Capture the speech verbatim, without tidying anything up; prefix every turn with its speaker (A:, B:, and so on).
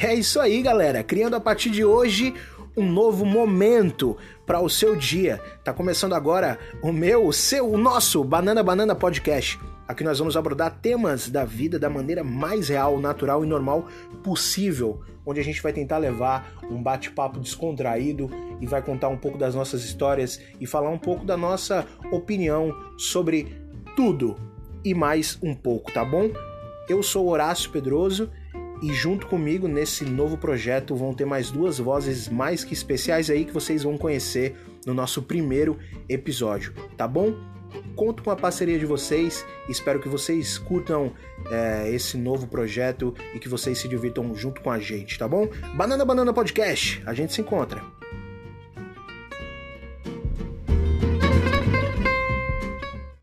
A: É isso aí, galera. Criando a partir de hoje um novo momento para o seu dia. Tá começando agora o meu, o seu, o nosso Banana Banana Podcast. Aqui nós vamos abordar temas da vida da maneira mais real, natural e normal possível, onde a gente vai tentar levar um bate-papo descontraído e vai contar um pouco das nossas histórias e falar um pouco da nossa opinião sobre tudo e mais um pouco, tá bom? Eu sou Horácio Pedroso e junto comigo nesse novo projeto vão ter mais duas vozes mais que especiais aí que vocês vão conhecer no nosso primeiro episódio, tá bom? Conto com a parceria de vocês, espero que vocês curtam é, esse novo projeto e que vocês se divirtam junto com a gente, tá bom? Banana Banana Podcast, a gente se encontra.